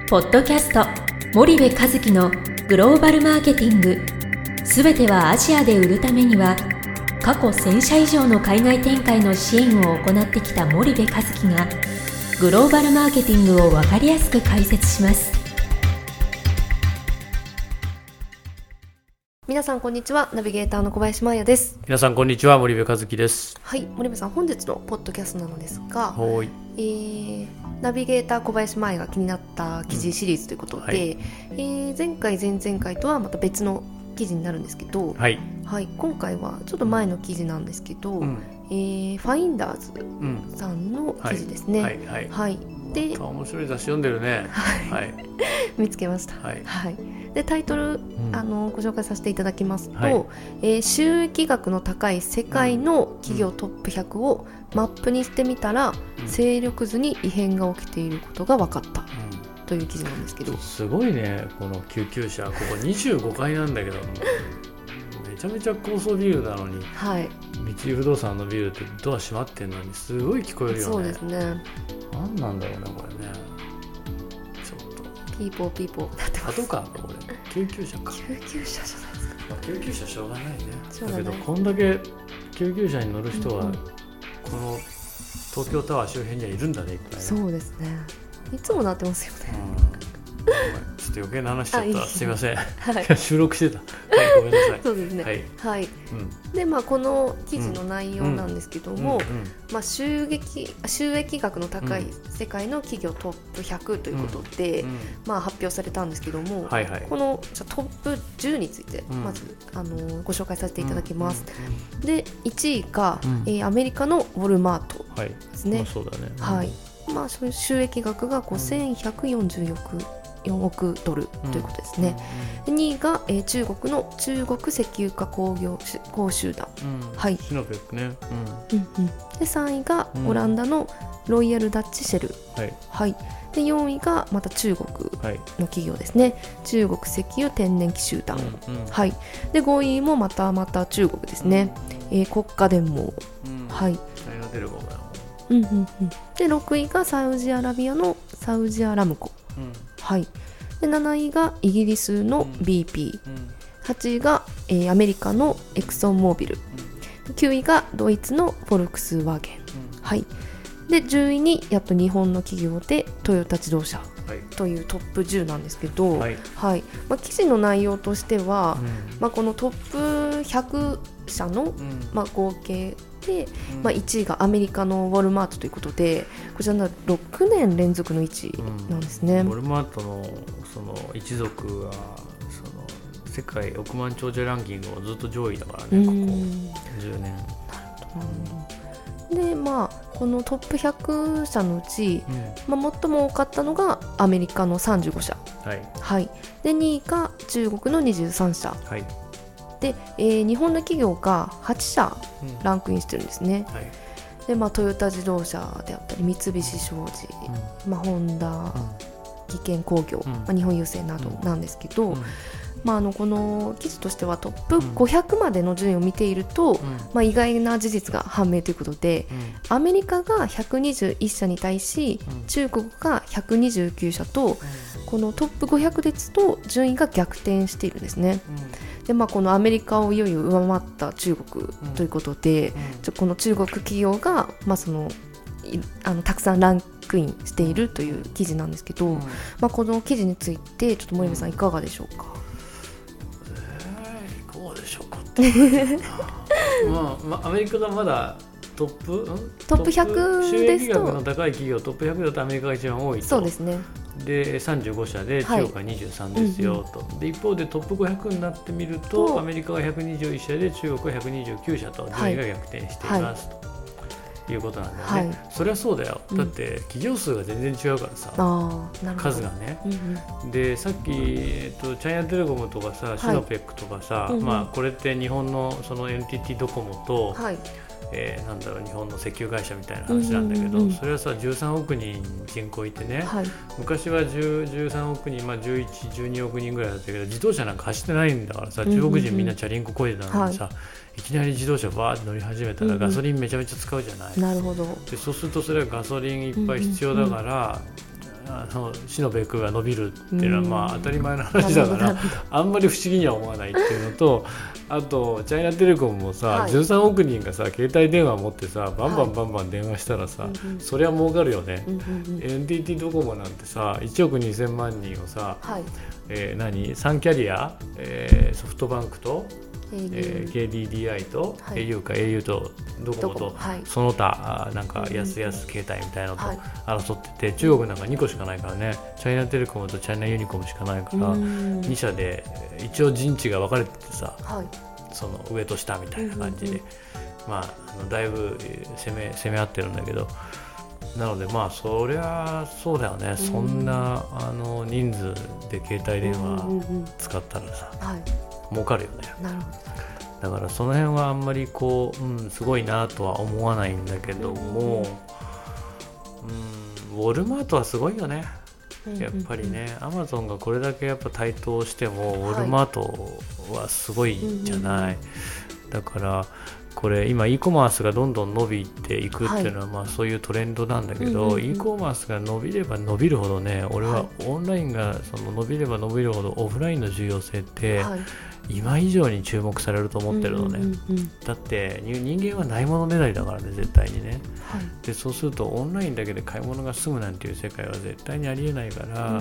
ポッドキャスト森部一樹のグローバルマーケティング、すべてはアジアで売るためには、過去1000社以上の海外展開の支援を行ってきた森部一樹がグローバルマーケティングを分かりやすく解説します。 皆さんこんにちは、ナビゲーターの小林真彩です。 皆さんこんにちは、森部一樹です。 はい、森部さん、本日のポッドキャストなのですが、 はい、 ナビゲーター小林真彩が気になった記事シリーズということで、前回前々回とはまた別の記事になるんですけど、 はいはい、今回はちょっと前の記事なんですけど、ファインダーズさんの記事ですね。はいで面白い雑誌読んでるね。 見つけました。でタイトル、ご紹介させていただきますと、収益額の高い世界の企業トップ100をマップにしてみたら、勢力図に異変が起きていることが分かった、という記事なんですけど、 すごいね、この救急車、ここ25階なんだけどめちゃめちゃ高層ビルなのに、三井不動産のビルってドア閉まってんのにすごい聞こえるよね。 そうですね。 何なんだろうね、これね。ちょっとピーポーなってます。 パトカーか、これ救急車か。 救急車じゃないですか。 救急車しょうがないね。 だけどこんだけ救急車に乗る人は、この東京タワー周辺にはいるんだね、いっぱいね。 そうですね。いつもなってますよね。 ちょっと余計な話しちゃった。すいません。 はい収録してた。ごめんなさい。 そうですね。で、この記事の内容なんですけども、収益額の高い世界の企業トップ100ということで、発表されたんですけども、このトップ10についてまずご紹介させていただきます。で、1位がアメリカのウォルマートですね。 そうだね。 そういう収益額が5144億ドルということですね。2位が、中国の中国石油化工集団、 シノペックね。 で、3位がオランダのロイヤルダッチシェル、で4位がまた中国の企業ですね。中国石油天然気集団、で5位もまた中国ですね。国家電網、で6位がサウジアラビアのサウジアラムコ、で7位がイギリスの BP、8位が、アメリカのエクソンモービル、9位がドイツのフォルクスワーゲン、で10位にやっと日本の企業でトヨタ自動車というトップ10なんですけど、記事の内容としては、このトップ100社の、合計で、1位がアメリカのウォルマートということで、こちらの6年連続の1位なんですね。 ウォルマートのその一族はその世界億万長者ランキングもずっと上位だからね、ここ10年。 で、このトップ100社のうち、最も多かったのがアメリカの35社、で2位が中国の23社、で、日本の企業が8社ランクインしてるんですね。で、トヨタ自動車であったり三菱商事、ホンダ、技研工業、日本郵政などなんですけど、この記事としてはトップ500までの順位を見ていると、意外な事実が判明ということで、アメリカが121社に対し、中国が129社と、このトップ500ですと順位が逆転しているんですね。で、このアメリカをいよいよ上回った中国ということで、この中国企業が、たくさんランクインしているという記事なんですけど、この記事についてちょっと森部さんいかがでしょうか。 いかがでしょうかってアメリカがまだトップ 100 収ですと、 益額の高い企業トップ100だとアメリカが一番多いと。 そうですね。 で35社で中国が23ですよと、で一方でトップ500になってみるとアメリカが121社で中国が129社と順位が逆転していますということなんだよね。そりゃそうだよ。だって企業数が全然違うからさ、数がね。でさっき、チャイナテレコムとかさ、シノペックとかさ、これって日本のその NTT ドコモと、日本の石油会社みたいな話なんだけど、それはさ13億人人口いてね、昔は13億人、11、12億人ぐらいだったけど、自動車なんか走ってないんだからさ、中国人みんなチャリンコこいでたのにさ、いきなり自動車バーって乗り始めたらガソリンめちゃめちゃ使うじゃない。 なるほど。 でそうするとそれはガソリンいっぱい必要だから、 死のベクが伸びるっていうのはまあ当たり前の話だからあんまり不思議には思わないっていうのと、あとチャイナテレコムもさ、はい、13億人がさ携帯電話持ってさバンバン電話したらさ、はい、そりゃ儲かるよね、NTT ドコモなんてさ1億2000万人をさ、はい、3キャリア、ソフトバンクとKDDI と au とドコモとその他なんか安携帯みたいなのと争ってて、中国なんか2個しかないからね、チャイナテレコムとチャイナユニコムしかないから2社で一応陣地が分かれててさ、その上と下みたいな感じでまあだいぶ攻め合ってるんだけど、なのでまあそりゃそうだよね、そんな人数で携帯電話使ったらさ儲かるよね。 なるほど。 だからその辺はあんまりこう、すごいなとは思わないんだけども、ウォルマートはすごいよね。やっぱりね、アマゾンがこれだけやっぱ台頭しても、ウォルマートはすごいじゃない。だからこれ今 e コマースがどんどん伸びていくっていうのは、まあそういうトレンドなんだけど、e コマースが伸びれば伸びるほどね、俺はオンラインがその伸びれば伸びるほどオフラインの重要性って今以上に注目されると思ってるのね。だって人間はないものねだりだからね、絶対にね。でそうするとオンラインだけで買い物が済むなんていう世界は絶対にありえないから、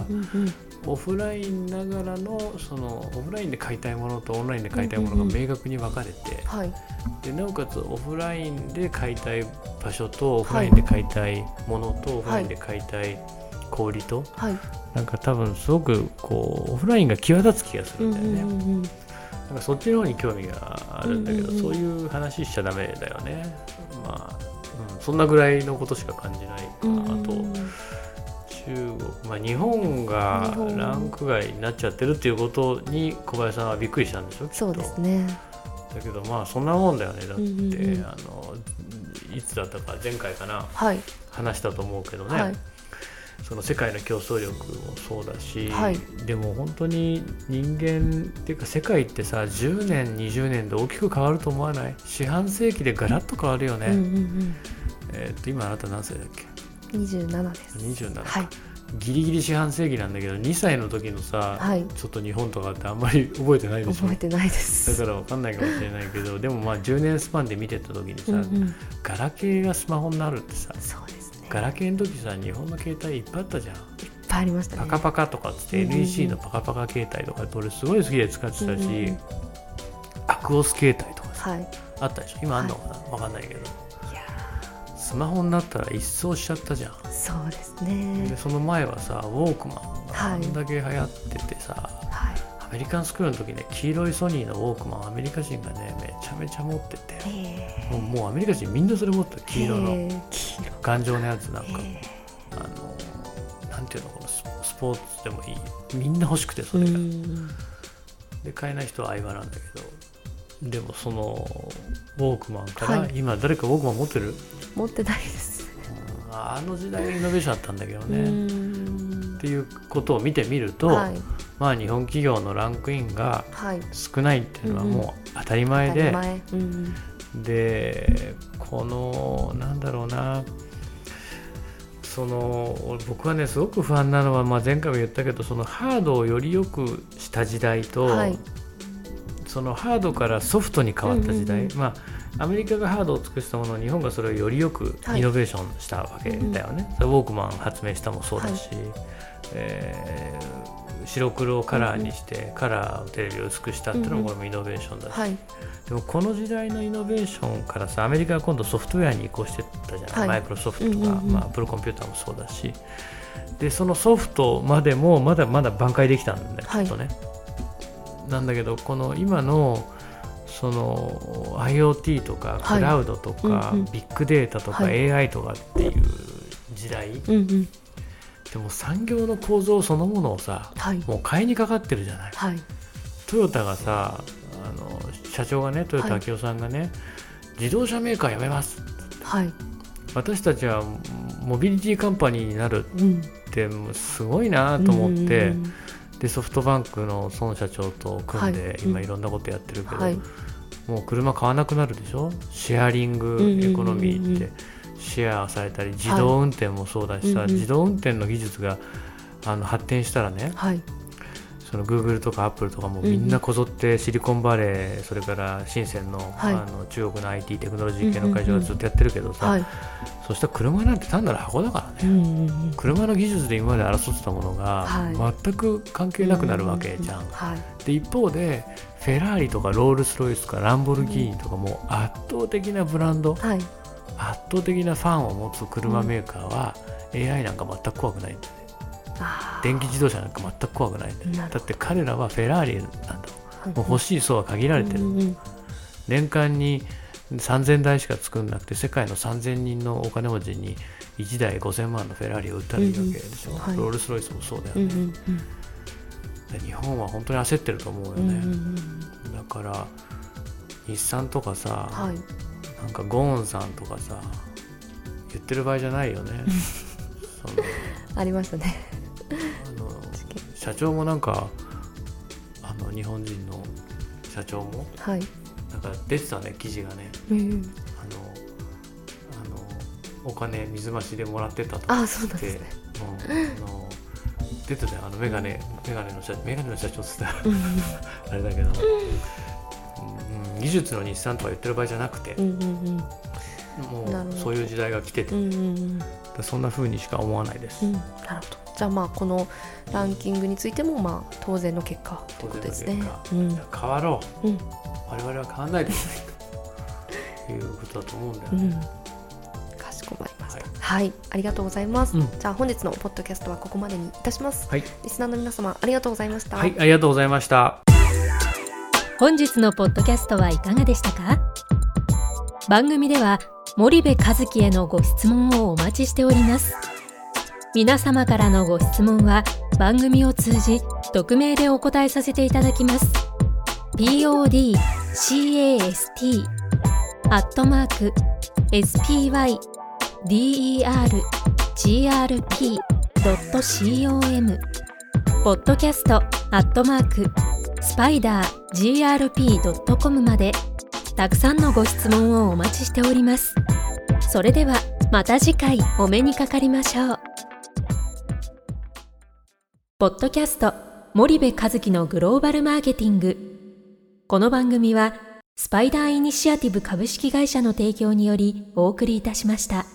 オフラインながらのそのオフラインで買いたいものとオンラインで買いたいものが明確に分かれて、でなおかつオフラインで買いたい場所とオフラインで買いたいものとオフラインで買いたい小売りと、なんか多分すごくこうオフラインが際立つ気がするんだよね。なんかそっちの方に興味があるんだけど、そういう話しちゃダメだよね。まあ、そんなぐらいのことしか感じないか。あと中国、日本がランク外になっちゃってるっていうことに小林さんはびっくりしたんでしょ、きっと。 そうですね。 だけどまあそんなもんだよね。だって、いつだったか前回かな、話したと思うけどね、その世界の競争力もそうだし、でも本当に人間っていうか世界ってさ、10年20年で大きく変わると思わない？四半世紀でガラッと変わるよね。今あなた何歳だっけ ？27です。 27、ギリギリ四半世紀なんだけど、2歳の時のさ、ちょっと日本とかってあんまり覚えてないでしょ。 覚えてないです。 だから分かんないかもしれないけどでもまあ10年スパンで見てた時にさ、ガラケーがスマホになるってさ、 そうですね、 ガラケーの時さ、日本の携帯いっぱいあったじゃん。いっぱいありましたね。 パカパカとかっつって、NEC のパカパカ携帯とかって俺すごい好きで使ってたし、アクオス携帯とかさ、あったでしょ。今あんのかな、分かんないけど、スマホになったら一掃しちゃったじゃん。 そうですね。 でその前はさ、ウォークマンがあんだけ流行っててさ、アメリカンスクールの時ね、黄色いソニーのウォークマンアメリカ人がねめちゃめちゃ持ってて、もうアメリカ人みんなそれ持ってる、黄色の頑丈なやつ、なんかなんていうの、このスポーツでもいい、みんな欲しくて、それがで買えない人は相場なんだけど、でもそのウォークマンから、今誰かウォークマン持ってる？ 持ってないです。 あの時代のイノベーションあったんだけどね。っていうことを見てみると、まあ日本企業のランクインが少ないっていうのはもう当たり前で、でこのなんだろうな、その僕はねすごく不安なのは、前回も言ったけど、そのハードをより良くした時代と、そのハードからソフトに変わった時代、アメリカがハードを尽くしたものを日本がそれをよりよくイノベーションしたわけだよね。ウォークマン発明したもそうだし、白黒をカラーにして、カラーテレビを薄くしたっていうのもこれもイノベーションだし、でもこの時代のイノベーションからさ、アメリカは今度ソフトウェアに移行してったじゃない、マイクロソフトとか、アップルコンピューターもそうだし、でそのソフトまでもまだまだ挽回できたんだよ、きっとね。なんだけどこの今のその IoT とかクラウドとか、ビッグデータとか AI とかっていう時代、でも産業の構造そのものをさ、もう買いにかかってるじゃない。トヨタがさ、社長がね、豊田章男さんがね、自動車メーカーやめます、私たちはモビリティカンパニーになるってすごいなと思って、でソフトバンクの孫社長と組んで、今いろんなことやってるけど、もう車買わなくなるでしょ。シェアリングエコノミーって、 シェアされたり、自動運転もそうだしさ、自動運転の技術が発展したらね、その Google とか Apple とかもみんなこぞってシリコンバレー、それから深センの、中国の IT テクノロジー系の会社がずっとやってるけどさ、そしたら車なんて単なる箱だからね、車の技術で今まで争ってたものが全く関係なくなるわけじゃん。で一方でフェラーリとかロールスロイスとかランボルギーニとかも圧倒的なブランド、圧倒的なファンを持つ車メーカーは AI なんか全く怖くないんだね。電気自動車なんか全く怖くないんだよ。だって彼らはフェラーリなんだもう欲しい層は限られてる、年間に3000台しか作んなくて世界の3000人のお金持ちに1台5000万のフェラーリを売ったらいいわけでしょ、ロールスロイスもそうだよね、で日本は本当に焦ってると思うよね、だから日産とかさ、なんかゴーンさんとかさ言ってる場合じゃないよねそのありましたね社長もなんか日本人の社長も、なんか出てたね記事がね、お金水増しでもらってたとかそうなんですね、 出てたよメガネの社長って言ったらあれだけど、技術の日産とか言ってる場合じゃなくて、もうそういう時代が来てて、そんな風にしか思わないです、なるほど。じゃあこのランキングについても当然の結果ということですね。 変わろう、我々は変わらないといけないということだと思うんだよね、 かしこまりました。ありがとうございます、じゃあ本日のポッドキャストはここまでにいたします、リスナーの皆様ありがとうございました。 ありがとうございました。 本日のポッドキャストはいかがでしたか？番組では森部一樹へのご質問をお待ちしております。皆様からのご質問は番組を通じ匿名でお答えさせていただきます。podcast@spydergrp.com podcast@spidergrp.com までたくさんのご質問をお待ちしております。それではまた次回お目にかかりましょう。ポッドキャスト森部一樹のグローバルマーケティング。この番組はスパイダーイニシアティブ株式会社の提供によりお送りいたしました。